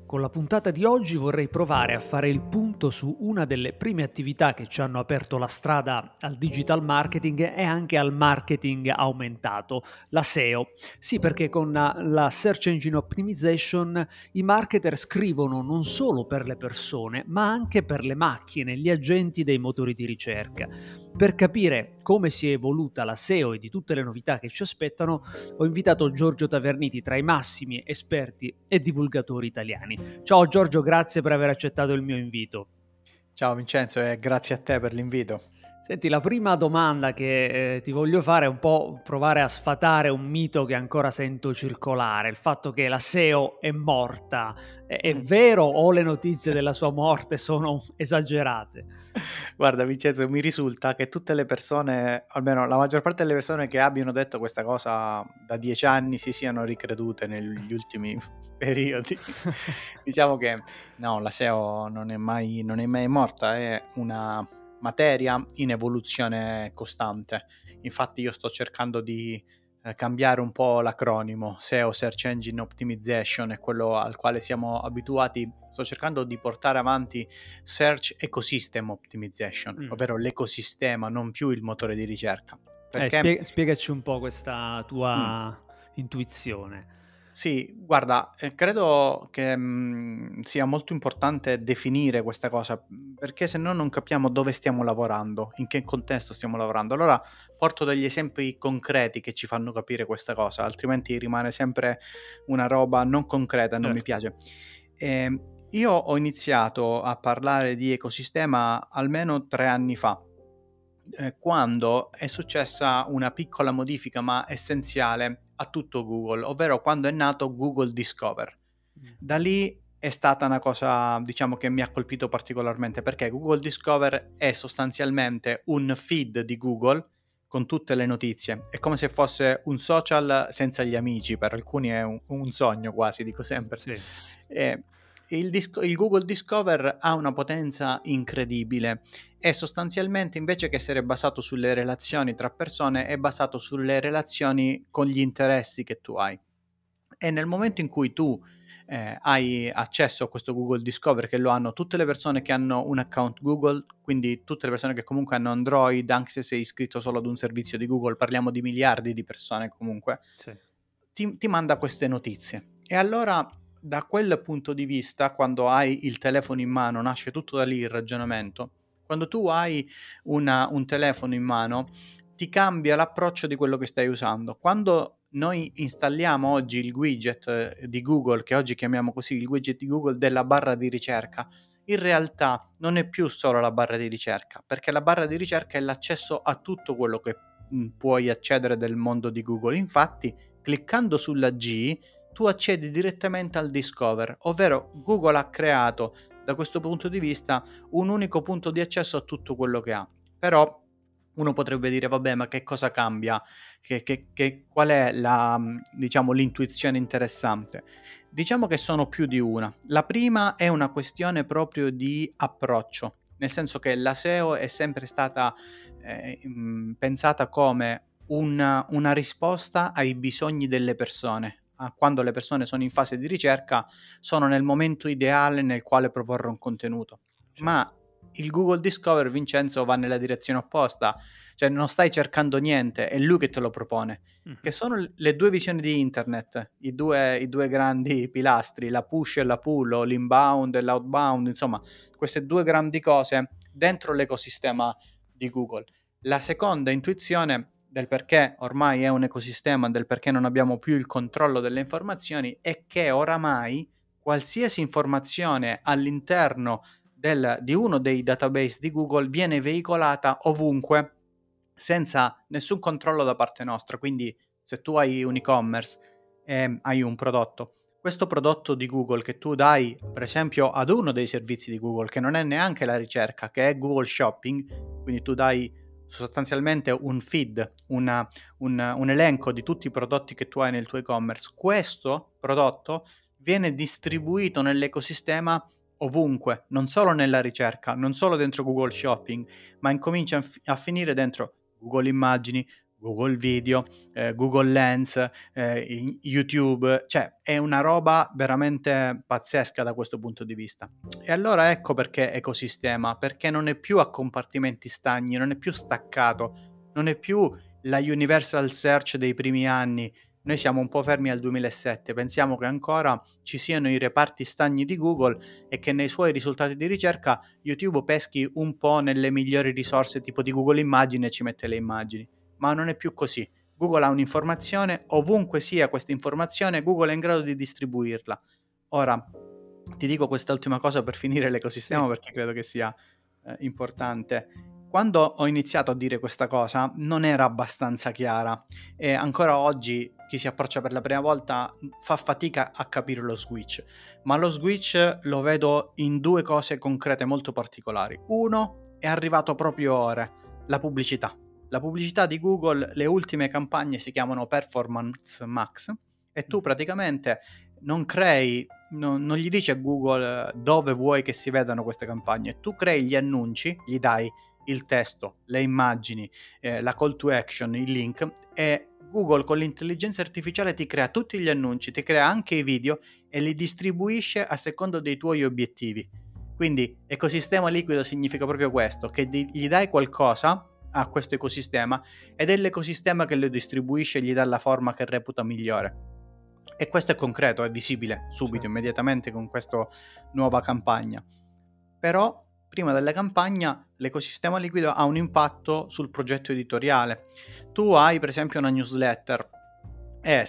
Con la puntata di oggi vorrei provare a fare il punto su una delle prime attività che ci hanno aperto la strada al digital marketing e anche al marketing aumentato, la SEO. Sì, perché con la Search Engine Optimization i marketer scrivono non solo per le persone, ma anche per le macchine, gli agenti dei motori di ricerca. Per capire come si è evoluta la SEO e di tutte le novità che ci aspettano, ho invitato Giorgio Taverniti, tra i massimi esperti e divulgatori italiani. Ciao Giorgio, grazie per aver accettato il mio invito. Ciao Vincenzo e grazie a te per l'invito. Senti, la prima domanda che ti voglio fare è un po' provare a sfatare un mito che ancora sento circolare, il fatto che la SEO è morta. È vero o le notizie della sua morte sono esagerate? Guarda Vincenzo, mi risulta che tutte le persone, almeno la maggior parte delle persone che abbiano detto questa cosa da 10 anni si siano ricredute negli ultimi periodi. Diciamo che no, la SEO non è mai morta, è una materia in evoluzione costante. Infatti io sto cercando di cambiare un po' l'acronimo. SEO, Search Engine Optimization, è quello al quale siamo abituati. Sto cercando di portare avanti Search Ecosystem Optimization, Mm. ovvero l'ecosistema, non più il motore di ricerca. Perché Spiegaci un po' questa mm, tua intuizione. sì, guarda, credo che sia molto importante definire questa cosa, perché se no non capiamo dove stiamo lavorando, in che contesto stiamo lavorando. Allora porto degli esempi concreti che ci fanno capire questa cosa, altrimenti rimane sempre una roba non concreta e non mi Certo. piace. Io ho iniziato a parlare di ecosistema almeno 3 anni fa, quando è successa una piccola modifica ma essenziale a tutto Google, ovvero quando è nato Google Discover. Mm. Da lì è stata una cosa, diciamo, che mi ha colpito particolarmente, perché Google Discover è sostanzialmente un feed di Google con tutte le notizie. È come se fosse un social senza gli amici, per alcuni è un sogno quasi, dico sempre. Sì. Eh, il Google Discover ha una potenza incredibile e sostanzialmente, invece che essere basato sulle relazioni tra persone, è basato sulle relazioni con gli interessi che tu hai. E nel momento in cui tu hai accesso a questo Google Discover, che lo hanno tutte le persone che hanno un account Google, quindi tutte le persone che comunque hanno Android, anche se sei iscritto solo ad un servizio di Google, parliamo di miliardi di persone comunque, Sì. ti manda queste notizie. E allora, da quel punto di vista, quando hai il telefono in mano, nasce tutto da lì il ragionamento. Quando tu hai un telefono in mano, ti cambia l'approccio di quello che stai usando. Quando noi installiamo oggi il widget di Google, che oggi chiamiamo così, il widget di Google della barra di ricerca, in realtà non è più solo la barra di ricerca, perché la barra di ricerca è l'accesso a tutto quello che puoi accedere del mondo di Google. Infatti, cliccando sulla G, tu accedi direttamente al Discover, ovvero Google ha creato da questo punto di vista un unico punto di accesso a tutto quello che ha. Però uno potrebbe dire, vabbè, ma che cosa cambia? Qual è diciamo, l'intuizione interessante? Diciamo che sono più di una. La prima è una questione proprio di approccio, nel senso che la SEO è sempre stata pensata come una risposta ai bisogni delle persone. Quando le persone sono in fase di ricerca, sono nel momento ideale nel quale proporre un contenuto. Ma Certo. il Google Discover, Vincenzo, va nella direzione opposta, cioè non stai cercando niente, è lui che te lo propone. Che Mhm. sono le due visioni di internet, i due grandi pilastri, la push e la pull, o l'inbound e l'outbound, insomma, queste due grandi cose dentro l'ecosistema di Google. La seconda intuizione del perché ormai è un ecosistema, del perché non abbiamo più il controllo delle informazioni, è che oramai qualsiasi informazione all'interno di uno dei database di Google viene veicolata ovunque senza nessun controllo da parte nostra. Quindi se tu hai un e-commerce e hai un prodotto, questo prodotto di Google che tu dai, per esempio, ad uno dei servizi di Google, che non è neanche la ricerca, che è Google Shopping, quindi tu dai sostanzialmente un feed, un elenco di tutti i prodotti che tu hai nel tuo e-commerce, questo prodotto viene distribuito nell'ecosistema ovunque, non solo nella ricerca, non solo dentro Google Shopping, ma incomincia a finire dentro Google Immagini, Google Video, Google Lens, YouTube, cioè è una roba veramente pazzesca da questo punto di vista. E allora ecco perché ecosistema, perché non è più a compartimenti stagni, non è più staccato, non è più la universal search dei primi anni. Noi siamo un po' fermi al 2007, pensiamo che ancora ci siano i reparti stagni di Google e che nei suoi risultati di ricerca YouTube peschi un po' nelle migliori risorse tipo di Google Immagini e ci mette le immagini. Ma non è più così. Google ha un'informazione, ovunque sia questa informazione, Google è in grado di distribuirla. Ora, ti dico quest'ultima cosa per finire l'ecosistema Sì. perché credo che sia importante. Quando ho iniziato a dire questa cosa non era abbastanza chiara e ancora oggi chi si approccia per la prima volta fa fatica a capire lo switch, ma lo switch lo vedo in due cose concrete molto particolari. Uno, è arrivato proprio ora, la pubblicità. La pubblicità di Google, le ultime campagne si chiamano Performance Max e tu praticamente non crei, non gli dici a Google dove vuoi che si vedano queste campagne, tu crei gli annunci, gli dai il testo, le immagini, la call to action, il link e Google con l'intelligenza artificiale ti crea tutti gli annunci, ti crea anche i video e li distribuisce a secondo dei tuoi obiettivi. Quindi ecosistema liquido significa proprio questo, che gli dai qualcosa a questo ecosistema ed è l'ecosistema che lo distribuisce e gli dà la forma che reputa migliore. E questo è concreto, è visibile subito, Certo. immediatamente con questa nuova campagna. Però prima della campagna l'ecosistema liquido ha un impatto sul progetto editoriale. Tu hai per esempio una newsletter e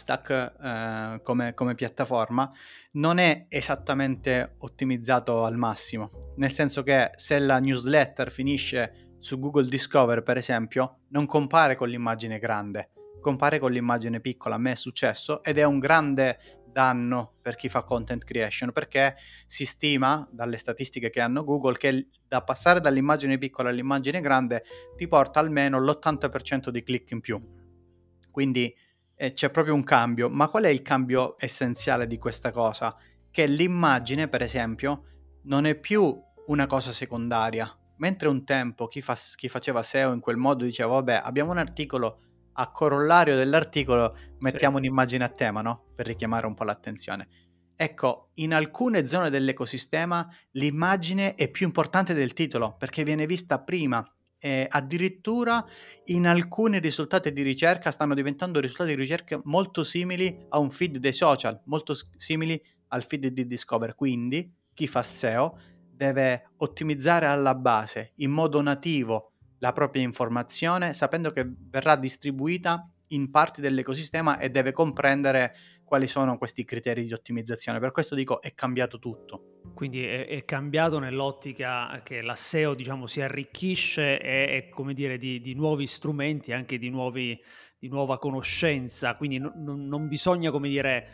Substack come piattaforma non è esattamente ottimizzato al massimo, nel senso che se la newsletter finisce su Google Discover per esempio non compare con l'immagine grande, compare con l'immagine piccola. A me è successo ed è un grande danno per chi fa content creation perché si stima dalle statistiche che hanno Google che da passare dall'immagine piccola all'immagine grande ti porta almeno l'80% di click in più. Quindi c'è proprio un cambio. Ma qual è il cambio essenziale di questa cosa? Che l'immagine, per esempio, non è più una cosa secondaria. Mentre un tempo chi faceva SEO in quel modo diceva vabbè, abbiamo un articolo, a corollario dell'articolo Sì. mettiamo un'immagine a tema, no? Per richiamare un po' l'attenzione. Ecco, in alcune zone dell'ecosistema l'immagine è più importante del titolo perché viene vista prima e addirittura in alcuni risultati di ricerca stanno diventando risultati di ricerca molto simili a un feed dei social, molto simili al feed di Discover. Quindi chi fa SEO deve ottimizzare alla base in modo nativo la propria informazione sapendo che verrà distribuita in parti dell'ecosistema e deve comprendere quali sono questi criteri di ottimizzazione. Per questo dico è cambiato tutto. Quindi è cambiato nell'ottica che la SEO, diciamo, si arricchisce e come dire, di nuovi strumenti, anche di nuova conoscenza, quindi non bisogna, come dire,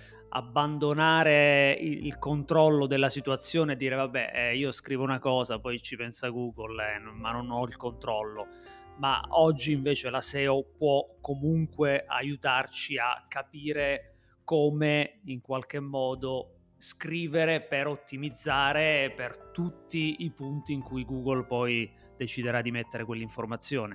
abbandonare il controllo della situazione e dire: "Vabbè, io scrivo una cosa, poi ci pensa Google, ma non ho il controllo". Ma oggi invece la SEO può comunque aiutarci a capire come, in qualche modo, scrivere per ottimizzare per tutti i punti in cui Google poi deciderà di mettere quell'informazione.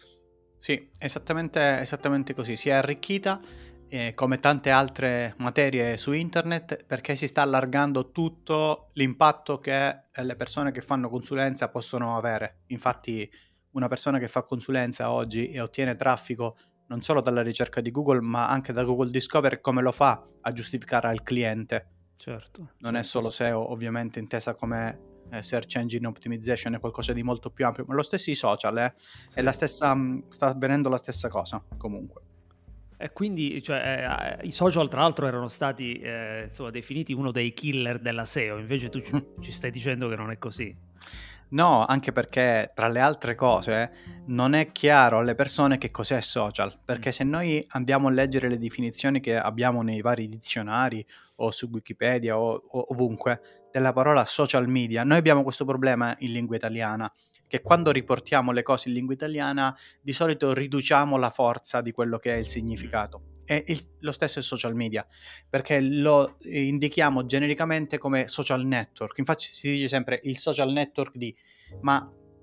Sì, esattamente così. Si è arricchita, come tante altre materie su internet, perché si sta allargando tutto l'impatto che le persone che fanno consulenza possono avere. Infatti una persona che fa consulenza oggi e ottiene traffico non solo dalla ricerca di Google, ma anche da Google Discover, come lo fa a giustificare al cliente? Certo, Non è certo, solo sì. SEO, ovviamente intesa come search engine optimization, è qualcosa di molto più ampio, ma lo stesso i social, è la Sì. stessa, sta avvenendo la stessa cosa comunque. E quindi, cioè, i social tra l'altro erano stati, insomma, definiti uno dei killer della SEO, invece tu ci stai dicendo che non è così. No, anche perché tra le altre cose non è chiaro alle persone che cos'è social, Mh. perché se noi andiamo a leggere le definizioni che abbiamo nei vari dizionari o su Wikipedia o ovunque della parola social media, noi abbiamo questo problema in lingua italiana, che quando riportiamo le cose in lingua italiana di solito riduciamo la forza di quello che è il Mh. significato. E lo stesso è social media, perché lo indichiamo genericamente come social network. Infatti si dice sempre il social network di, ma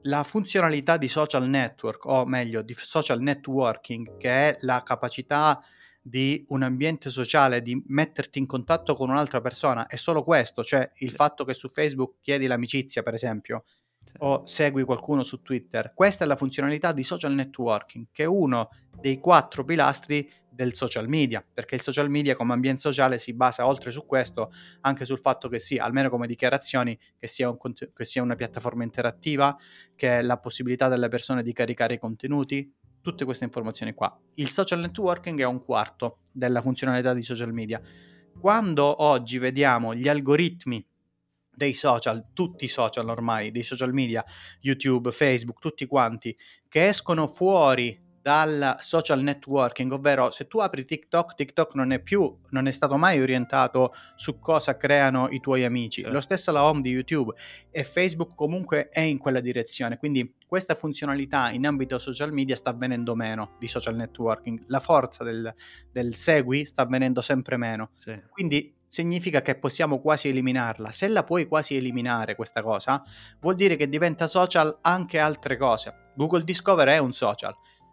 la funzionalità di social network, o meglio di social networking, che è la capacità di un ambiente sociale, di metterti in contatto con un'altra persona, è solo questo, cioè il Sì, fatto che su Facebook chiedi l'amicizia, per esempio, sì, o segui qualcuno su Twitter. Questa è la funzionalità di social networking, che è uno dei 4 pilastri del social media, perché il social media come ambiente sociale si basa, oltre su questo, anche sul fatto che sia, almeno come dichiarazioni, che sia che sia una piattaforma interattiva, che è la possibilità delle persone di caricare i contenuti, tutte queste informazioni qua. Il social networking è un quarto della funzionalità di social media. Quando oggi vediamo gli algoritmi dei social, tutti i social ormai, dei social media, YouTube, Facebook, tutti quanti, che escono fuori dal social networking, ovvero se tu apri TikTok, TikTok non è stato mai orientato su cosa creano i tuoi amici. Lo certo. stesso la home di YouTube, e Facebook comunque è in quella direzione, quindi questa funzionalità in ambito social media sta avvenendo meno di social networking, la forza del segui sta avvenendo sempre meno. Sì, Quindi significa che possiamo quasi eliminarla. Se la puoi quasi eliminare questa cosa, vuol dire che diventa social anche altre cose. Google Discover è un social,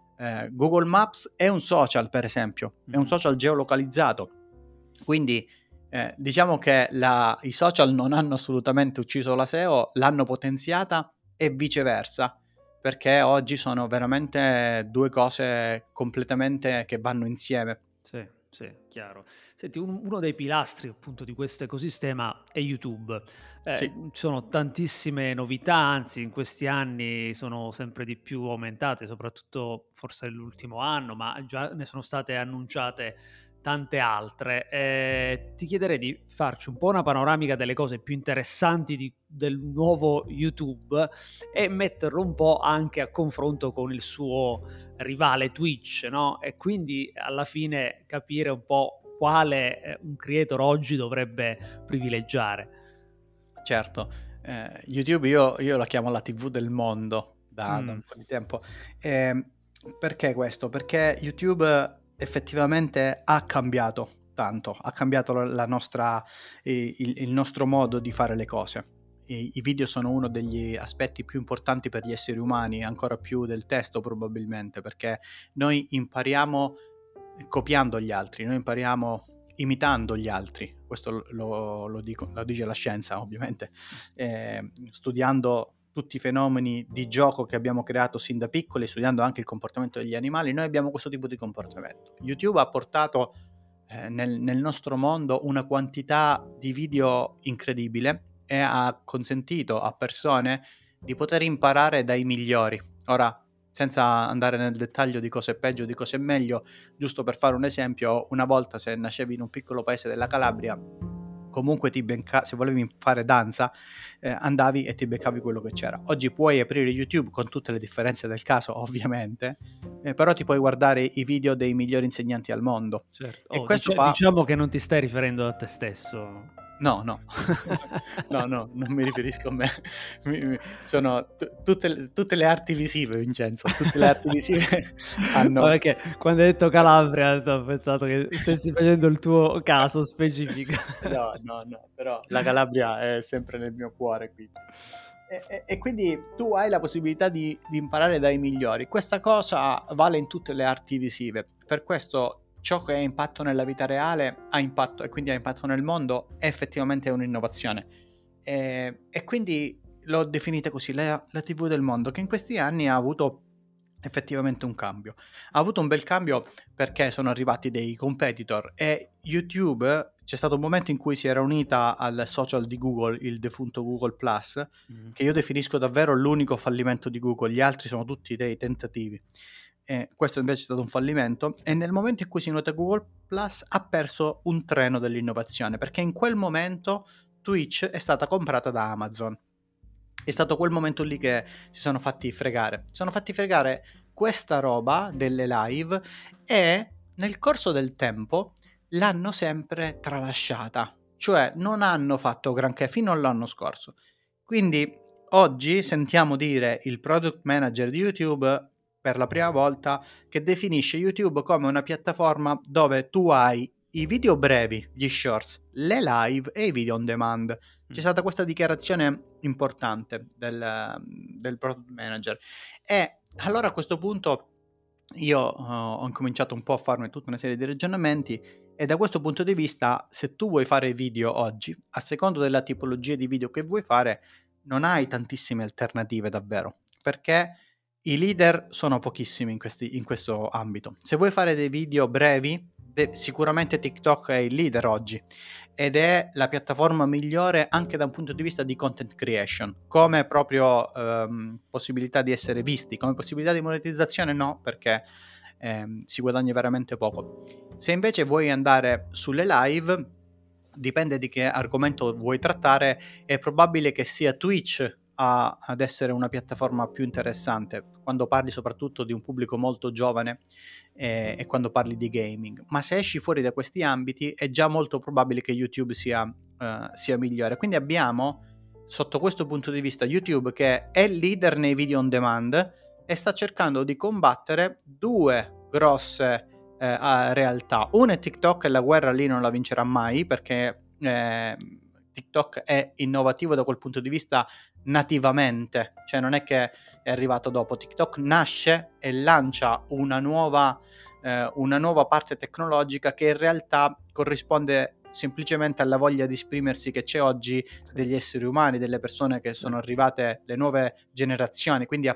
Google Maps è un social, per esempio, è un social geolocalizzato. Quindi diciamo che i social non hanno assolutamente ucciso la SEO, l'hanno potenziata e viceversa, perché oggi sono veramente due cose completamente che vanno insieme. sì, sì, chiaro. Senti, uno dei pilastri appunto di questo ecosistema è YouTube. Sì. Ci sono tantissime novità, anzi in questi anni sono sempre di più aumentate, soprattutto forse nell'ultimo anno, ma già ne sono state annunciate tante altre. Ti chiederei di farci un po' una panoramica delle cose più interessanti del nuovo YouTube e metterlo un po' anche a confronto con il suo rivale Twitch, no? E quindi alla fine capire un po' quale un creator oggi dovrebbe privilegiare. Certo, YouTube io la chiamo la TV del mondo da Mm, un po' di tempo. Ehm, Perché questo? Perché YouTube effettivamente ha cambiato tanto, ha cambiato la nostra il nostro modo di fare le cose. I video sono uno degli aspetti più importanti per gli esseri umani, ancora più del testo probabilmente, perché noi impariamo copiando gli altri, noi impariamo imitando gli altri, questo lo dice la scienza ovviamente, studiando tutti i fenomeni di gioco che abbiamo creato sin da piccoli, studiando anche il comportamento degli animali, noi abbiamo questo tipo di comportamento. YouTube ha portato nel nostro mondo una quantità di video incredibile e ha consentito a persone di poter imparare dai migliori. Ora, senza andare nel dettaglio di cosa è peggio e di cosa è meglio, giusto per fare un esempio, una volta se nascevi in un piccolo paese della Calabria, comunque se volevi fare danza, andavi e ti beccavi quello che c'era. Oggi puoi aprire YouTube con tutte le differenze del caso, ovviamente, però ti puoi guardare i video dei migliori insegnanti al mondo. certo. E Oh, questo fa... diciamo che non ti stai riferendo a te stesso. No, no, no, no, non mi riferisco a me. Sono tutte le arti visive, Vincenzo, tutte le arti visive Ma hanno... perché quando hai detto Calabria ho pensato che stessi facendo il tuo caso specifico. No, no, no, però la Calabria è sempre nel mio cuore, quindi. E quindi tu hai la possibilità di imparare dai migliori. Questa cosa vale in tutte le arti visive. Per questo ciò che ha impatto nella vita reale ha impatto, e quindi ha impatto nel mondo, è effettivamente un'innovazione. E quindi l'ho definita così, la TV del mondo, che in questi anni ha avuto effettivamente un cambio. Ha avuto un bel cambio perché sono arrivati dei competitor e YouTube, c'è stato un momento in cui si era unita al social di Google, il defunto Google Plus, che io definisco davvero l'unico fallimento di Google, gli altri sono tutti dei tentativi. Questo invece è stato un fallimento, e nel momento in cui si nota Google Plus ha perso un treno dell'innovazione, perché in quel momento Twitch è stata comprata da Amazon. È stato quel momento lì che si sono fatti fregare. Si sono fatti fregare questa roba delle live, e nel corso del tempo l'hanno sempre tralasciata. Cioè non hanno fatto granché fino all'anno scorso. Quindi oggi sentiamo dire il product manager di YouTube per la prima volta che definisce YouTube come una piattaforma dove tu hai i video brevi, gli shorts, le live e i video on demand. C'è stata questa dichiarazione importante del product manager, e allora a questo punto io ho incominciato un po' a farmi tutta una serie di ragionamenti, e da questo punto di vista, se tu vuoi fare video oggi, a secondo della tipologia di video che vuoi fare, non hai tantissime alternative davvero, perché i leader sono pochissimi in questo ambito. Se vuoi fare dei video brevi, sicuramente TikTok è il leader oggi, ed è la piattaforma migliore anche da un punto di vista di content creation, come proprio possibilità di essere visti, come possibilità di monetizzazione no, perché si guadagna veramente poco. Se invece vuoi andare sulle live, dipende di che argomento vuoi trattare, è probabile che sia Twitch ad essere una piattaforma più interessante quando parli soprattutto di un pubblico molto giovane, e quando parli di gaming. Ma se esci fuori da questi ambiti è già molto probabile che YouTube sia migliore. Quindi abbiamo, sotto questo punto di vista, YouTube che è leader nei video on demand e sta cercando di combattere due grosse realtà. Una è TikTok, e la guerra lì non la vincerà mai, perché TikTok è innovativo da quel punto di vista nativamente, cioè non è che è arrivato dopo. TikTok nasce e lancia una nuova parte tecnologica che in realtà corrisponde semplicemente alla voglia di esprimersi che c'è oggi degli esseri umani, delle persone che sono arrivate, le nuove generazioni, quindi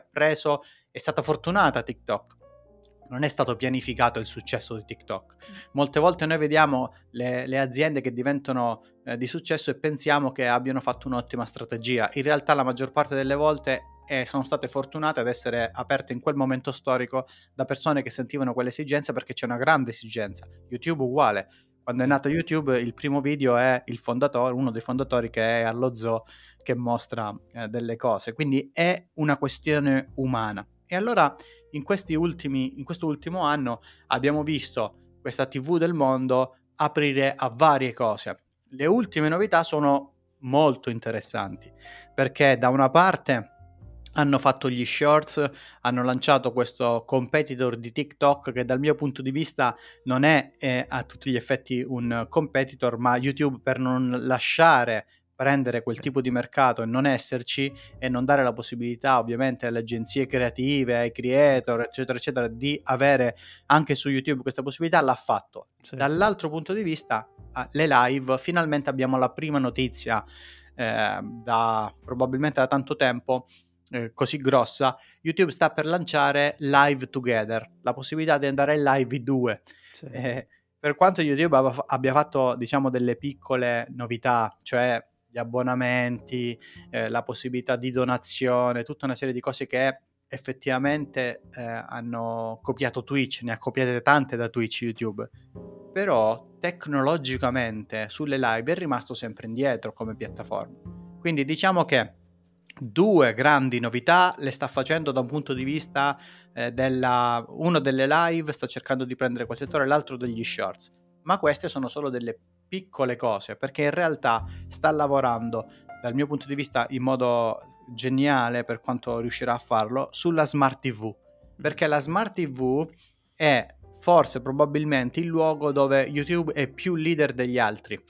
è stata fortunata TikTok. Non è stato pianificato il successo di TikTok. Molte volte noi vediamo le aziende che diventano di successo e pensiamo che abbiano fatto un'ottima strategia. In realtà la maggior parte delle volte sono state fortunate ad essere aperte in quel momento storico da persone che sentivano quell'esigenza, perché c'è una grande esigenza. YouTube uguale. Quando è nato YouTube, il primo video è il fondatore, uno dei fondatori, che è allo zoo, che mostra delle cose. Quindi è una questione umana. E allora in questo ultimo anno abbiamo visto questa TV del mondo aprire a varie cose. Le ultime novità sono molto interessanti, perché da una parte hanno fatto gli shorts, hanno lanciato questo competitor di TikTok che dal mio punto di vista non è a tutti gli effetti un competitor, ma YouTube, per non lasciare prendere quel tipo di mercato e non esserci, e non dare la possibilità ovviamente alle agenzie creative, ai creator, eccetera eccetera, di avere anche su YouTube questa possibilità, l'ha fatto. Dall'altro punto di vista, le live, finalmente abbiamo la prima notizia probabilmente da tanto tempo, così grossa. YouTube sta per lanciare Live Together, la possibilità di andare in live i due. Per quanto YouTube abbia fatto, diciamo, delle piccole novità, cioè gli abbonamenti, la possibilità di donazione, tutta una serie di cose che effettivamente hanno copiato Twitch, ne ha copiate tante da Twitch YouTube, però tecnologicamente sulle live è rimasto sempre indietro come piattaforma. Quindi diciamo che due grandi novità le sta facendo da un punto di vista uno delle live sta cercando di prendere quel settore, l'altro degli shorts, ma queste sono solo delle piccole cose, perché in realtà sta lavorando, dal mio punto di vista in modo geniale, per quanto riuscirà a farlo, sulla Smart TV, perché la Smart TV è forse probabilmente il luogo dove YouTube è più leader degli altri.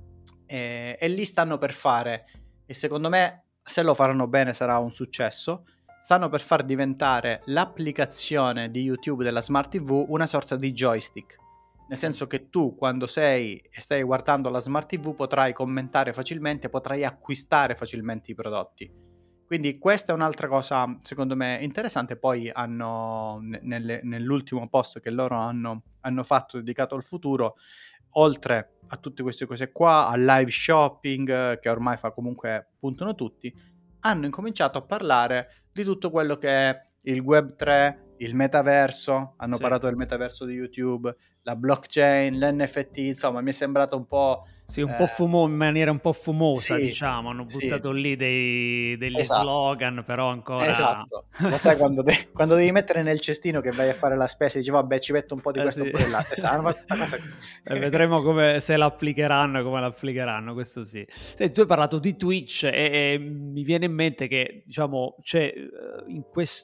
E lì stanno per fare, e secondo me se lo faranno bene sarà un successo, stanno per far diventare l'applicazione di YouTube della Smart TV una sorta di joystick, nel senso che tu, quando stai guardando la Smart TV, potrai commentare facilmente, potrai acquistare facilmente i prodotti. Quindi questa è un'altra cosa secondo me interessante. Poi hanno nell'ultimo post che loro hanno fatto dedicato al futuro, oltre a tutte queste cose qua, al live shopping, che ormai comunque puntano tutti, hanno incominciato a parlare di tutto quello che è il Web 3, il metaverso, hanno parlato del metaverso di YouTube, la blockchain, l'NFT, insomma mi è sembrato un po'... Sì, un po' in maniera un po' fumosa, diciamo, hanno buttato lì degli slogan, però ancora... Esatto, lo sai quando devi mettere nel cestino che vai a fare la spesa e dici vabbè ci metto un po' di questo pure là, vedremo se l'applicheranno, come l'applicheranno, questo sì. Senti, tu hai parlato di Twitch e mi viene in mente che, diciamo, c'è in questo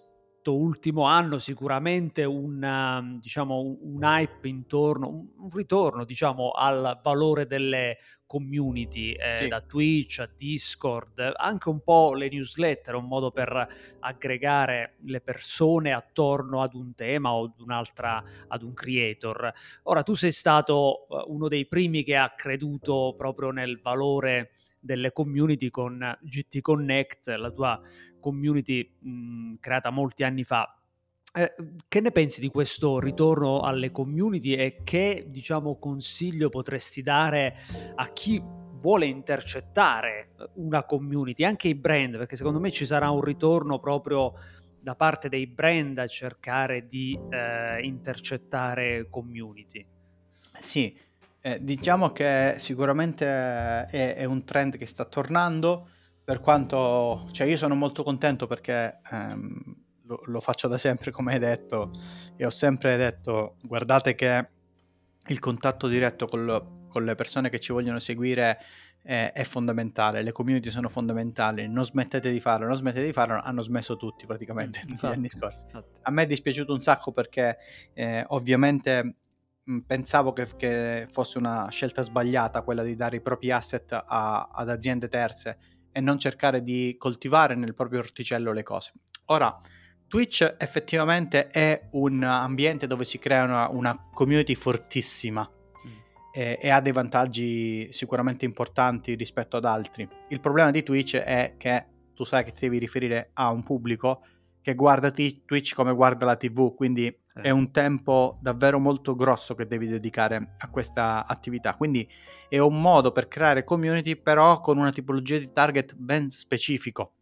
questo ultimo anno sicuramente diciamo, un hype intorno, un ritorno, diciamo, al valore delle community, Sì. da Twitch a Discord, anche un po' le newsletter, un modo per aggregare le persone attorno ad un tema o ad un creator. Ora, tu sei stato uno dei primi che ha creduto proprio nel valore delle community con GT Connect, la tua community creata molti anni fa. Che ne pensi di questo ritorno alle community e che, diciamo, consiglio potresti dare a chi vuole intercettare una community, anche i brand, perché secondo me ci sarà un ritorno proprio da parte dei brand a cercare di intercettare community. Sì, diciamo che sicuramente è un trend che sta tornando, per quanto, cioè io sono molto contento perché lo faccio da sempre, come hai detto, e ho sempre detto, guardate che il contatto diretto con le persone che ci vogliono seguire è fondamentale, le community sono fondamentali, non smettete di farlo, non smettete di farlo, hanno smesso tutti praticamente negli anni scorsi. Infatti. A me è dispiaciuto un sacco perché ovviamente pensavo che fosse una scelta sbagliata quella di dare i propri asset ad aziende terze e non cercare di coltivare nel proprio orticello le cose. Ora, Twitch effettivamente è un ambiente dove si crea una community fortissima e ha dei vantaggi sicuramente importanti rispetto ad altri. Il problema di Twitch è che tu sai che ti devi riferire a un pubblico che guarda Twitch come guarda la TV, quindi è un tempo davvero molto grosso che devi dedicare a questa attività. Quindi è un modo per creare community, però con una tipologia di target ben specifico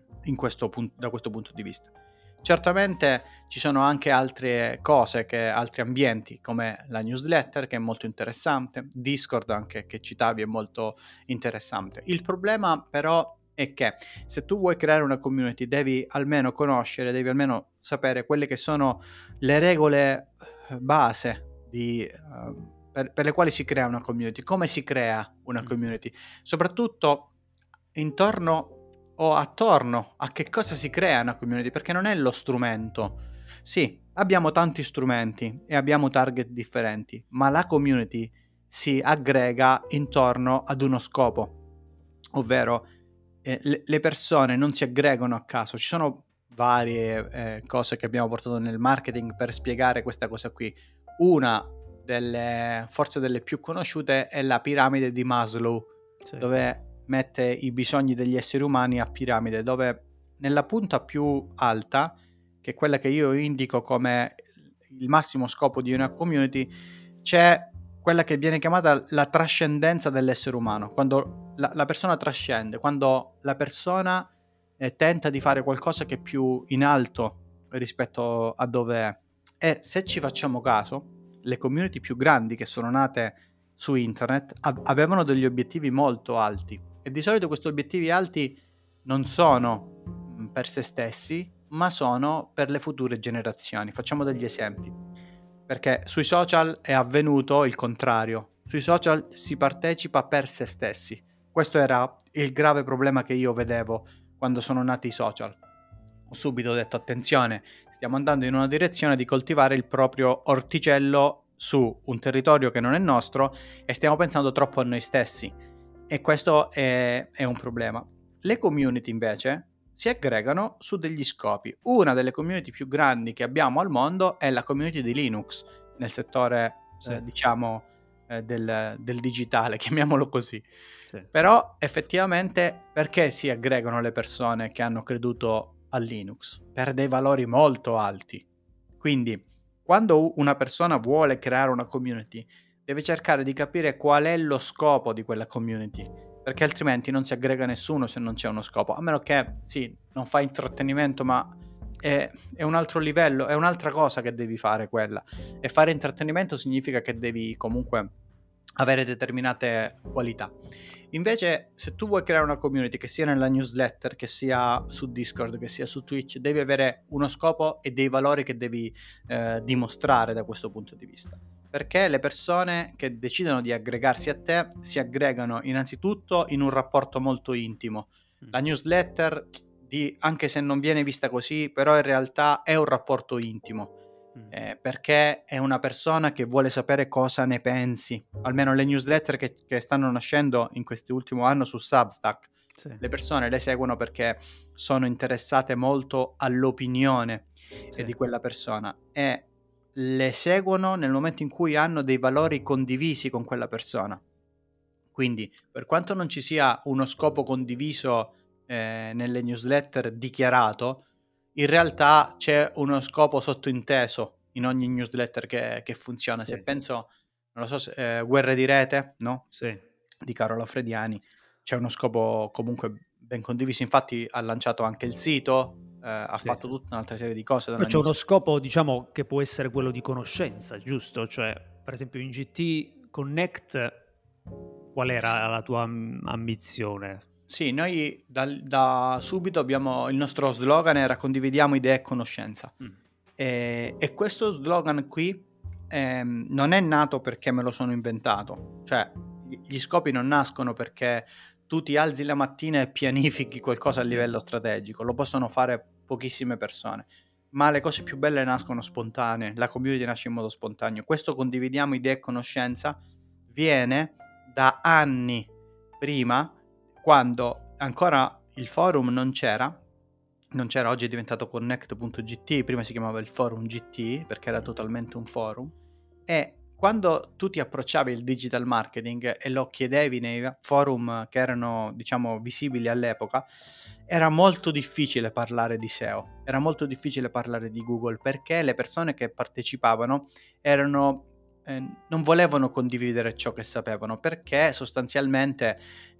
da questo punto di vista. Certamente ci sono anche altre cose, altri ambienti come la newsletter, che è molto interessante, Discord anche che citavi è molto interessante. Il problema però è che se tu vuoi creare una community devi almeno conoscere, devi almeno sapere quelle che sono le regole base per le quali si crea una community, come si crea una community, soprattutto intorno o attorno a che cosa si crea una community, perché non è lo strumento. Sì, abbiamo tanti strumenti e abbiamo target differenti, ma la community si aggrega intorno ad uno scopo, ovvero le persone non si aggregano a caso. Ci sono varie cose che abbiamo portato nel marketing per spiegare questa cosa qui. Una forse delle più conosciute è la piramide di Maslow, dove mette i bisogni degli esseri umani a piramide, dove nella punta più alta, che è quella che io indico come il massimo scopo di una community, c'è quella che viene chiamata la trascendenza dell'essere umano, quando la persona trascende, quando la persona tenta di fare qualcosa che è più in alto rispetto a dove è. E se ci facciamo caso, le community più grandi che sono nate su internet avevano degli obiettivi molto alti, e di solito questi obiettivi alti non sono per se stessi, ma sono per le future generazioni. Facciamo degli esempi, perché sui social è avvenuto il contrario. Sui social si partecipa per se stessi. Questo era il grave problema che io vedevo quando sono nati i social. Ho subito detto: attenzione, stiamo andando in una direzione di coltivare il proprio orticello su un territorio che non è nostro e stiamo pensando troppo a noi stessi, e questo è un problema. Le community invece si aggregano su degli scopi. Una delle community più grandi che abbiamo al mondo è la community di Linux, nel settore diciamo del digitale, chiamiamolo così. Però effettivamente perché si aggregano le persone che hanno creduto a Linux? Per dei valori molto alti. Quindi quando una persona vuole creare una community deve cercare di capire qual è lo scopo di quella community, perché altrimenti non si aggrega nessuno se non c'è uno scopo, a meno che sì, non fa intrattenimento, ma è un altro livello, è un'altra cosa che devi fare quella, e fare intrattenimento significa che devi comunque avere determinate qualità. Invece, se tu vuoi creare una community, che sia nella newsletter, che sia su Discord, che sia su Twitch, devi avere uno scopo e dei valori che devi dimostrare da questo punto di vista. Perché le persone che decidono di aggregarsi a te si aggregano innanzitutto in un rapporto molto intimo. La newsletter anche se non viene vista così, però in realtà è un rapporto intimo. Perché è una persona che vuole sapere cosa ne pensi. Almeno le newsletter che stanno nascendo in quest'ultimo anno su Substack, Sì, le persone le seguono perché sono interessate molto all'opinione sì, di quella persona e le seguono nel momento in cui hanno dei valori condivisi con quella persona. Quindi, per quanto non ci sia uno scopo condiviso nelle newsletter dichiarato, in realtà c'è uno scopo sottointeso in ogni newsletter che funziona. Se sì, penso, non lo so, Guerre di Rete, no? sì. Di Carola Frediani, c'è uno scopo comunque ben condiviso. Infatti ha lanciato anche il sito, ha Sì. fatto tutta un'altra serie di cose Poi dalla c'è uno newsletter. scopo, diciamo, che può essere quello di conoscenza, giusto? Cioè, per esempio in GT Connect qual Sì. era la tua ambizione? Sì, noi da subito abbiamo il nostro slogan era condividiamo idee e conoscenza. Mh. E questo slogan qui non è nato perché me lo sono inventato, cioè gli scopi non nascono perché tu ti alzi la mattina e pianifichi qualcosa a Sì, livello strategico, lo possono fare pochissime persone, ma le cose più belle nascono spontanee, la community nasce in modo spontaneo. Questo condividiamo idee e conoscenza viene da anni prima, quando ancora il forum non c'era, oggi è diventato connect.gt, prima si chiamava il forum GT perché era totalmente un forum, e quando tu ti approcciavi il digital marketing e lo chiedevi nei forum che erano, diciamo, visibili all'epoca, era molto difficile parlare di SEO, era molto difficile parlare di Google perché le persone che partecipavano erano non volevano condividere ciò che sapevano perché sostanzialmente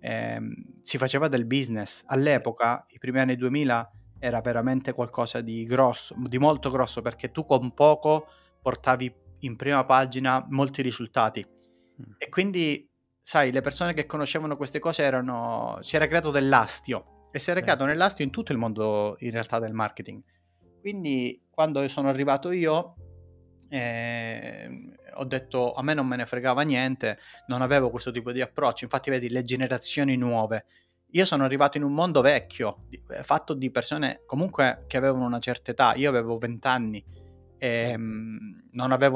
si faceva del business. sì. All'epoca, i primi anni 2000, era veramente qualcosa di grosso, di molto grosso, perché tu con poco portavi in prima pagina molti risultati. Mh. E quindi, sai, le persone che conoscevano queste cose si era creato dell'astio e si era Sì, creato nell'astio in tutto il mondo in realtà del marketing. Quindi quando sono arrivato io ho detto a me non me ne fregava niente, non avevo questo tipo di approccio. Infatti vedi le generazioni nuove. Io sono arrivato in un mondo vecchio, fatto di persone comunque che avevano una certa età. Io avevo 20 anni sì. e non avevo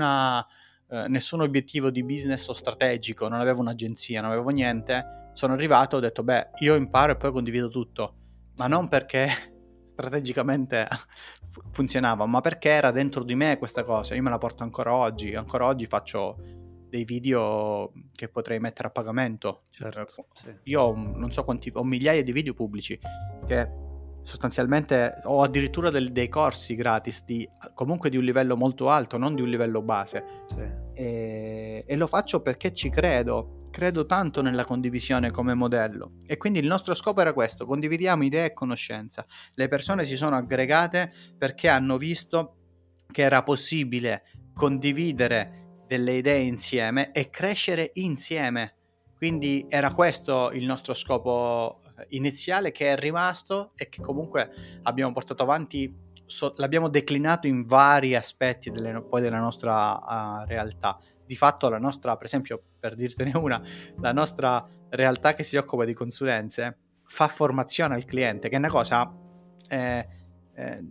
nessun obiettivo di business o strategico, non avevo un'agenzia, non avevo niente. Sono arrivato, ho detto, beh, io imparo e poi condivido tutto, ma Sì. non perché strategicamente funzionava, ma perché era dentro di me questa cosa. Io me la porto ancora oggi faccio dei video che potrei mettere a pagamento. Certo, sì. Io non so quanti, ho migliaia di video pubblici che sostanzialmente ho addirittura dei corsi gratis comunque di un livello molto alto, non di un livello base. Sì. E lo faccio perché ci credo tanto nella condivisione come modello. E quindi il nostro scopo era questo: condividiamo idee e conoscenza. Le persone si sono aggregate perché hanno visto che era possibile condividere delle idee insieme e crescere insieme. Quindi era questo il nostro scopo iniziale, che è rimasto e che comunque abbiamo portato avanti, l'abbiamo declinato in vari aspetti poi della nostra realtà. Di fatto la nostra, per esempio, per dirtene una, la nostra realtà che si occupa di consulenze fa formazione al cliente, che è una cosa eh, eh,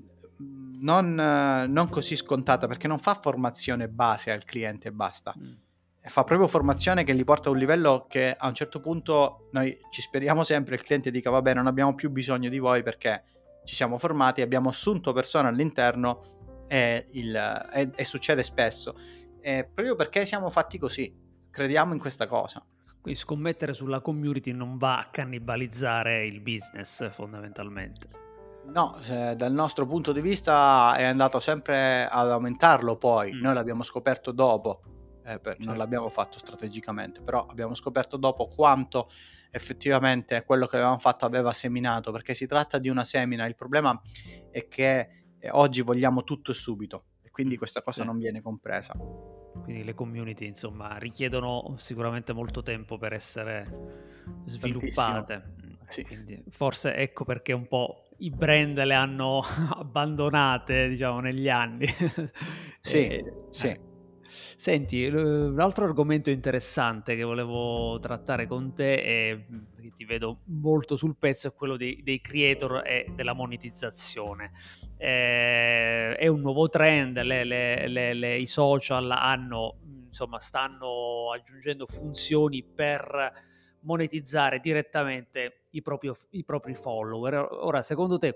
non così scontata, perché non fa formazione base al cliente e basta. Mh. Fa proprio formazione che li porta a un livello che a un certo punto noi ci speriamo sempre il cliente dica vabbè, non abbiamo più bisogno di voi perché ci siamo formati, abbiamo assunto persone all'interno e succede spesso. Proprio perché siamo fatti così, crediamo in questa cosa. Quindi scommettere sulla community non va a cannibalizzare il business fondamentalmente. No, dal nostro punto di vista è andato sempre ad aumentarlo poi. Mh. Noi l'abbiamo scoperto dopo, non Certo. l'abbiamo fatto strategicamente, però abbiamo scoperto dopo quanto effettivamente quello che avevamo fatto aveva seminato, perché si tratta di una semina. Il problema è che oggi vogliamo tutto e subito e quindi questa cosa Sì. non viene compresa. Quindi le community, insomma, richiedono sicuramente molto tempo per essere Tantissimo. sviluppate. Sì. Quindi forse ecco perché un po' i brand le hanno abbandonate, diciamo, negli anni. Sì, Eh. sì. Senti, un altro argomento interessante che volevo trattare con te perché ti vedo molto sul pezzo, è quello dei creator e della monetizzazione. È un nuovo trend, i social hanno, insomma, stanno aggiungendo funzioni per monetizzare direttamente i propri follower. Ora, secondo te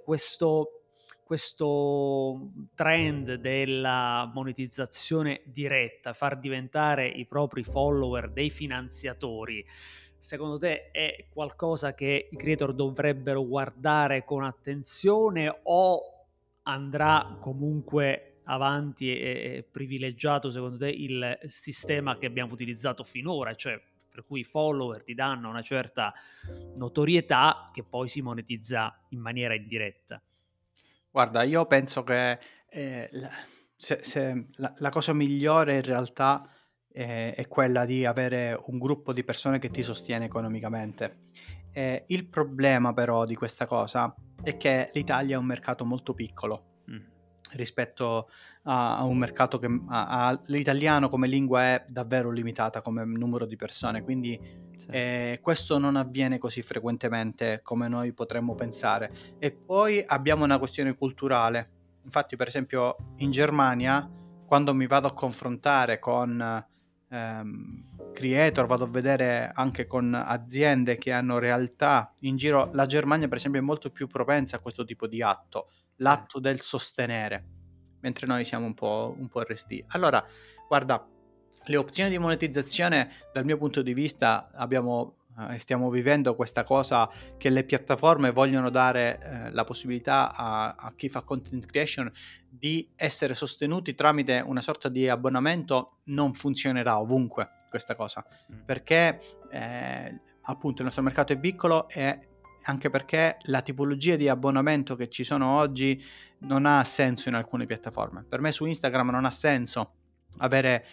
questo trend della monetizzazione diretta, far diventare i propri follower dei finanziatori, secondo te è qualcosa che i creator dovrebbero guardare con attenzione o andrà comunque avanti e privilegiato secondo te il sistema che abbiamo utilizzato finora, cioè per cui i follower ti danno una certa notorietà che poi si monetizza in maniera indiretta? Guarda, io penso che, la se la cosa migliore in realtà, è quella di avere un gruppo di persone che ti sostiene economicamente. Il problema però di questa cosa è che l'Italia è un mercato molto piccolo Mh. rispetto a un mercato che l'italiano come lingua è davvero limitata come numero di persone, quindi, Sì. questo non avviene così frequentemente come noi potremmo pensare. E poi abbiamo una questione culturale. Infatti, per esempio, in Germania, quando mi vado a confrontare con, creator, vado a vedere anche con aziende che hanno realtà in giro, la Germania per esempio è molto più propensa a questo tipo di atto, Sì. l'atto del sostenere, mentre noi siamo un po' restii. Allora, guarda, le opzioni di monetizzazione dal mio punto di vista stiamo vivendo questa cosa che le piattaforme vogliono dare, la possibilità a chi fa content creation di essere sostenuti tramite una sorta di abbonamento. Non funzionerà ovunque questa cosa, Mh. perché, appunto il nostro mercato è piccolo e anche perché la tipologia di abbonamento che ci sono oggi non ha senso in alcune piattaforme. Per me su Instagram non ha senso avere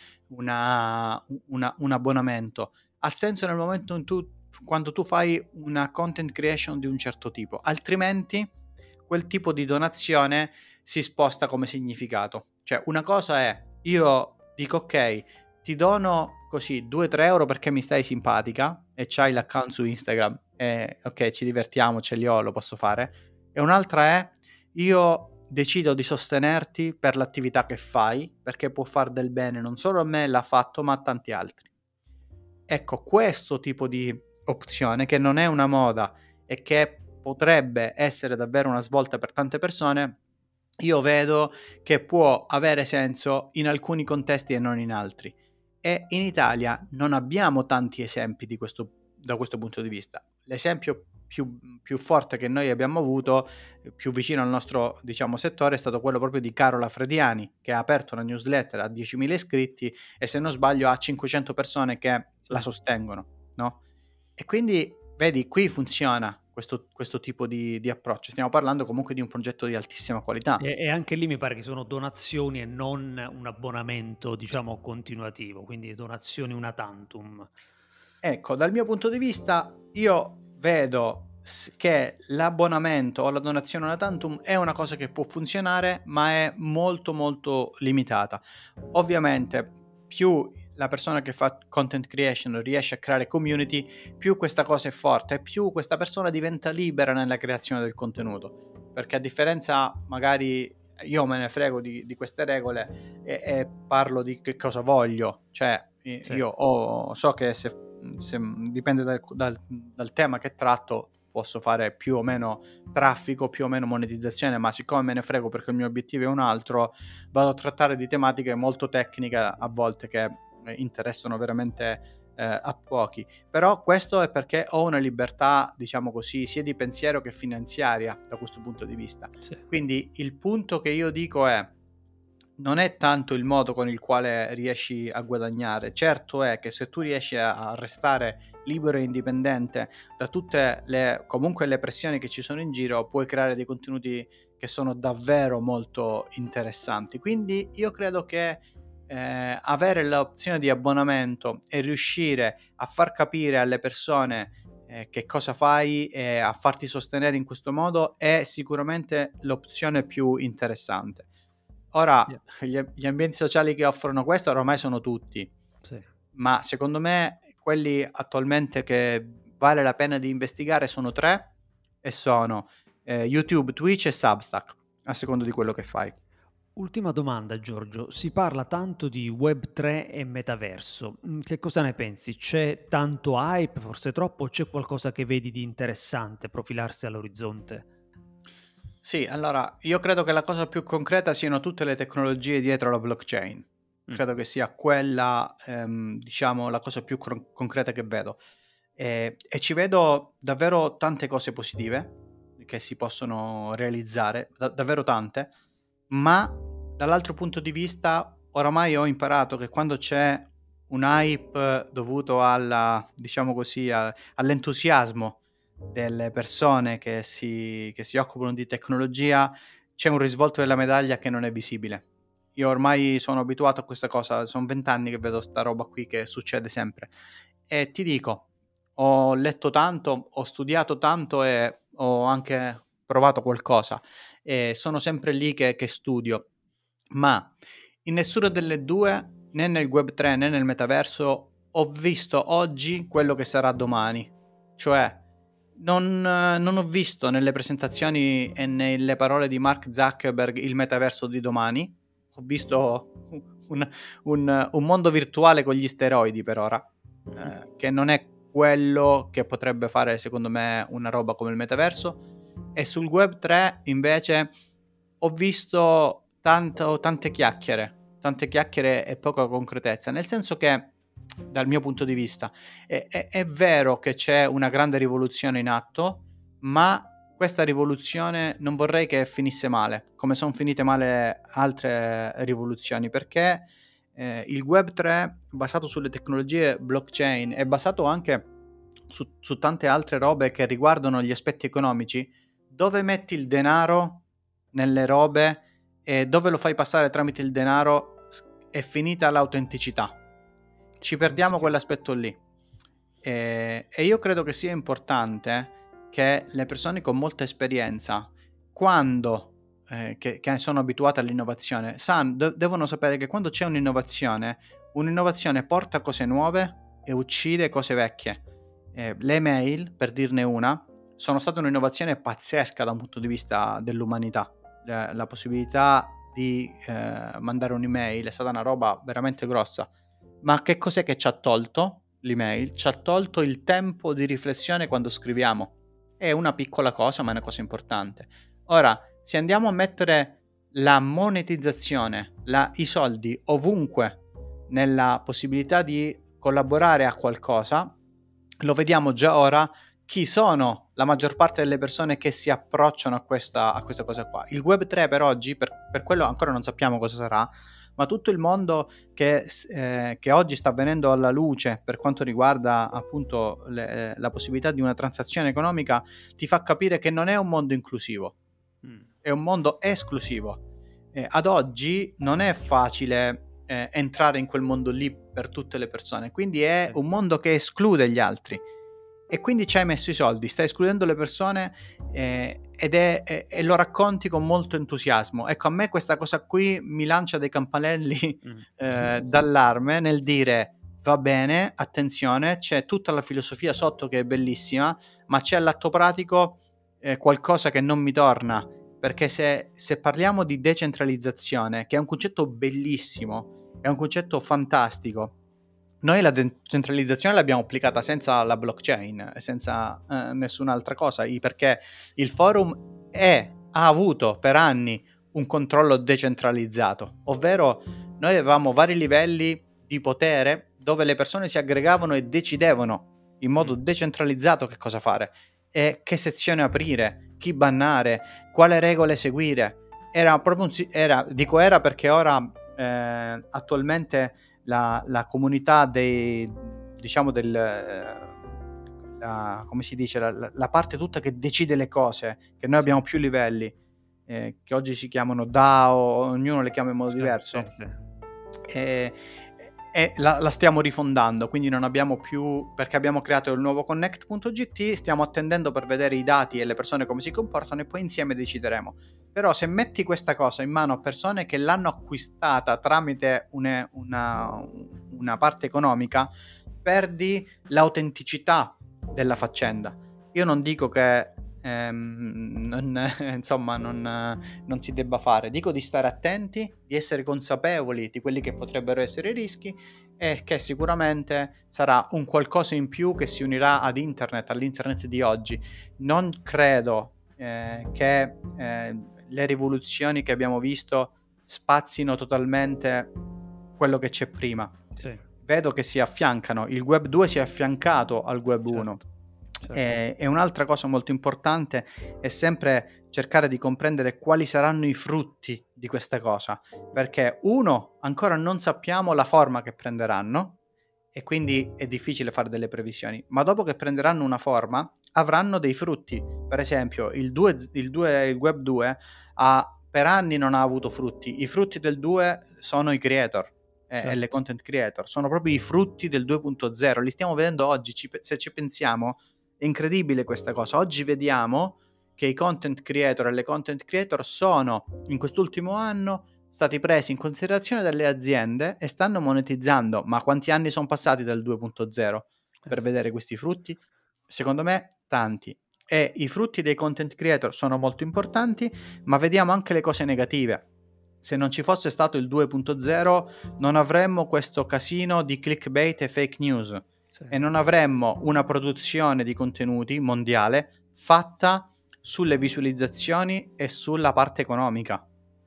un abbonamento. Ha senso nel momento quando tu fai una content creation di un certo tipo, altrimenti quel tipo di donazione si sposta come significato. Cioè una cosa è, io dico: "Okay, ti dono così 2, 3 € perché mi stai simpatica e c'hai l'account su Instagram e okay, ci divertiamo, ce li ho, lo posso fare." E un'altra è: io decido di sostenerti per l'attività che fai, perché può far del bene non solo a me, l'ha fatto, ma a tanti altri. Ecco, questo tipo di opzione, che non è una moda e che potrebbe essere davvero una svolta per tante persone, io vedo che può avere senso in alcuni contesti e non in altri. E in Italia non abbiamo tanti esempi di questo da questo punto di vista. L'esempio più forte che noi abbiamo avuto, più vicino al nostro, diciamo, settore, è stato quello proprio di Carola Frediani, che ha aperto una newsletter a 10.000 iscritti e se non sbaglio ha 500 persone che Sì. la sostengono, no, e quindi vedi qui funziona questo tipo di approccio. Stiamo parlando comunque di un progetto di altissima qualità. E anche lì mi pare che sono donazioni e non un abbonamento, diciamo, continuativo, quindi donazioni una tantum. Ecco, dal mio punto di vista io vedo che l'abbonamento o la donazione una tantum è una cosa che può funzionare, ma è molto molto limitata. Ovviamente più la persona che fa content creation riesce a creare community, più questa cosa è forte, più questa persona diventa libera nella creazione del contenuto. Perché a differenza magari io me ne frego di queste regole e parlo di che cosa voglio, cioè Sì. io so che se dipende dal tema che tratto, posso fare più o meno traffico, più o meno monetizzazione, ma siccome me ne frego perché il mio obiettivo è un altro, vado a trattare di tematiche molto tecniche a volte che, interessano veramente, a pochi. Però questo è perché ho una libertà, diciamo così, sia di pensiero che finanziaria da questo punto di vista. Sì. Quindi il punto che io dico è: non è tanto il modo con il quale riesci a guadagnare. Certo è che se tu riesci a restare libero e indipendente da tutte le comunque le pressioni che ci sono in giro, puoi creare dei contenuti che sono davvero molto interessanti. Quindi io credo che, avere l'opzione di abbonamento e riuscire a far capire alle persone, che cosa fai e a farti sostenere in questo modo è sicuramente l'opzione più interessante. Ora, Yeah. gli ambienti sociali che offrono questo ormai sono tutti, Sì. ma secondo me quelli attualmente che vale la pena di investigare sono 3 e sono YouTube, Twitch e Substack, a seconda di quello che fai. Ultima domanda, Giorgio. Si parla tanto di Web3 e metaverso. Che cosa ne pensi? C'è tanto hype, forse troppo, o c'è qualcosa che vedi di interessante profilarsi all'orizzonte? Sì, allora io credo che la cosa più concreta siano tutte le tecnologie dietro la blockchain. Mm. Credo che sia quella, diciamo, la cosa più concreta che vedo. E ci vedo davvero tante cose positive che si possono realizzare, davvero tante, ma dall'altro punto di vista oramai ho imparato che quando c'è un hype dovuto alla, diciamo così, all'entusiasmo delle persone che si occupano di tecnologia, c'è un risvolto della medaglia che non è visibile. Io ormai sono abituato a questa cosa, sono 20 anni che vedo sta roba qui che succede sempre. E ti dico, ho letto tanto, ho studiato tanto e ho anche provato qualcosa. E sono sempre lì che studio. Ma in nessuna delle due, né nel Web3 né nel metaverso, ho visto oggi quello che sarà domani. Cioè, non ho visto nelle presentazioni e nelle parole di Mark Zuckerberg il metaverso di domani. Ho visto un mondo virtuale con gli steroidi per ora, che non è quello che potrebbe fare secondo me una roba come il metaverso. E sul Web3 invece ho visto tante chiacchiere e poca concretezza, nel senso che dal mio punto di vista è vero che c'è una grande rivoluzione in atto, ma questa rivoluzione non vorrei che finisse male, come sono finite male altre rivoluzioni, perché il Web3 basato sulle tecnologie blockchain è basato anche su tante altre robe che riguardano gli aspetti economici. Dove metti il denaro nelle robe e dove lo fai passare tramite il denaro è finita l'autenticità. Ci perdiamo Sì. quell'aspetto lì. E io credo che sia importante che le persone con molta esperienza, quando che sono abituate all'innovazione, devono sapere che quando c'è un'innovazione porta cose nuove e uccide cose vecchie. Le email, per dirne una, sono state un'innovazione pazzesca da un punto di vista dell'umanità. La possibilità di mandare un'email è stata una roba veramente grossa. Ma che cos'è che ci ha tolto l'email? Ci ha tolto il tempo di riflessione quando scriviamo. È una piccola cosa, ma è una cosa importante. Ora, se andiamo a mettere la monetizzazione, i soldi ovunque nella possibilità di collaborare a qualcosa, lo vediamo già ora chi sono la maggior parte delle persone che si approcciano a questa cosa qua. Il Web3 per oggi, per quello ancora non sappiamo cosa sarà, ma tutto il mondo che oggi sta venendo alla luce per quanto riguarda appunto la possibilità di una transazione economica ti fa capire che non è un mondo inclusivo, è un mondo esclusivo. Ad oggi non è facile entrare in quel mondo lì per tutte le persone, quindi è un mondo che esclude gli altri. E quindi ci hai messo i soldi, stai escludendo le persone e lo racconti con molto entusiasmo. Ecco, a me questa cosa qui mi lancia dei campanelli d'allarme nel dire va bene, attenzione, c'è tutta la filosofia sotto che è bellissima, ma c'è all'atto pratico qualcosa che non mi torna, perché se parliamo di decentralizzazione, che è un concetto bellissimo, è un concetto fantastico, noi la decentralizzazione l'abbiamo applicata senza la blockchain, senza nessun'altra cosa, perché il forum ha avuto per anni un controllo decentralizzato, ovvero noi avevamo vari livelli di potere dove le persone si aggregavano e decidevano in modo decentralizzato che cosa fare, e che sezione aprire, chi bannare, quale regole seguire. Era proprio era perché ora attualmente la comunità come si dice, la parte tutta che decide le cose, che noi abbiamo più livelli, che oggi si chiamano DAO, ognuno le chiama in modo diverso, e la stiamo rifondando, quindi non abbiamo più, perché abbiamo creato il nuovo Connect.gt, stiamo attendendo per vedere i dati e le persone come si comportano e poi insieme decideremo. Però se metti questa cosa in mano a persone che l'hanno acquistata tramite una parte economica, perdi l'autenticità della faccenda. Io non dico che insomma, non si debba fare, dico di stare attenti, di essere consapevoli di quelli che potrebbero essere i rischi, e che sicuramente sarà un qualcosa in più che si unirà ad internet, all'internet di oggi. Non credo che le rivoluzioni che abbiamo visto spazino totalmente quello che c'è prima. Sì. Vedo che si affiancano, il web 2 si è affiancato al web 1. Certo. E un'altra cosa molto importante è sempre cercare di comprendere quali saranno i frutti di questa cosa, perché uno, ancora non sappiamo la forma che prenderanno e quindi è difficile fare delle previsioni, ma dopo che prenderanno una forma avranno dei frutti. Per esempio il web 2 per anni non ha avuto frutti, i frutti del 2 sono i creator e le content creator, sono proprio i frutti del 2.0, li stiamo vedendo oggi, se ci pensiamo. È incredibile questa cosa. Oggi vediamo che i content creator e le content creator sono, in quest'ultimo anno, stati presi in considerazione dalle aziende e stanno monetizzando. Ma quanti anni sono passati dal 2.0 per vedere questi frutti? Secondo me, tanti. E i frutti dei content creator sono molto importanti, ma vediamo anche le cose negative. Se non ci fosse stato il 2.0, non avremmo questo casino di clickbait e fake news. Sì. E non avremmo una produzione di contenuti mondiale fatta sulle visualizzazioni e sulla parte economica.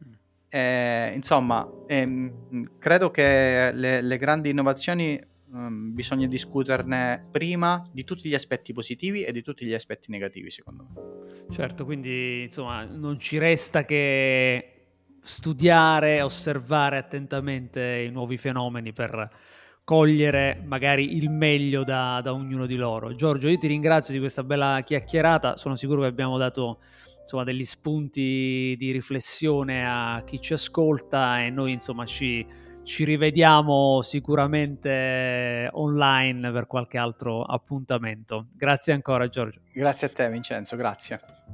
Insomma, credo che le grandi innovazioni bisogna discuterne prima di tutti gli aspetti positivi e di tutti gli aspetti negativi, secondo me. Certo, quindi insomma non ci resta che studiare, osservare attentamente i nuovi fenomeni per cogliere magari il meglio da ognuno di loro. Giorgio, io ti ringrazio di questa bella chiacchierata, sono sicuro che abbiamo dato insomma degli spunti di riflessione a chi ci ascolta e noi insomma ci rivediamo sicuramente online per qualche altro appuntamento. Grazie ancora, Giorgio. Grazie a te, Vincenzo, grazie.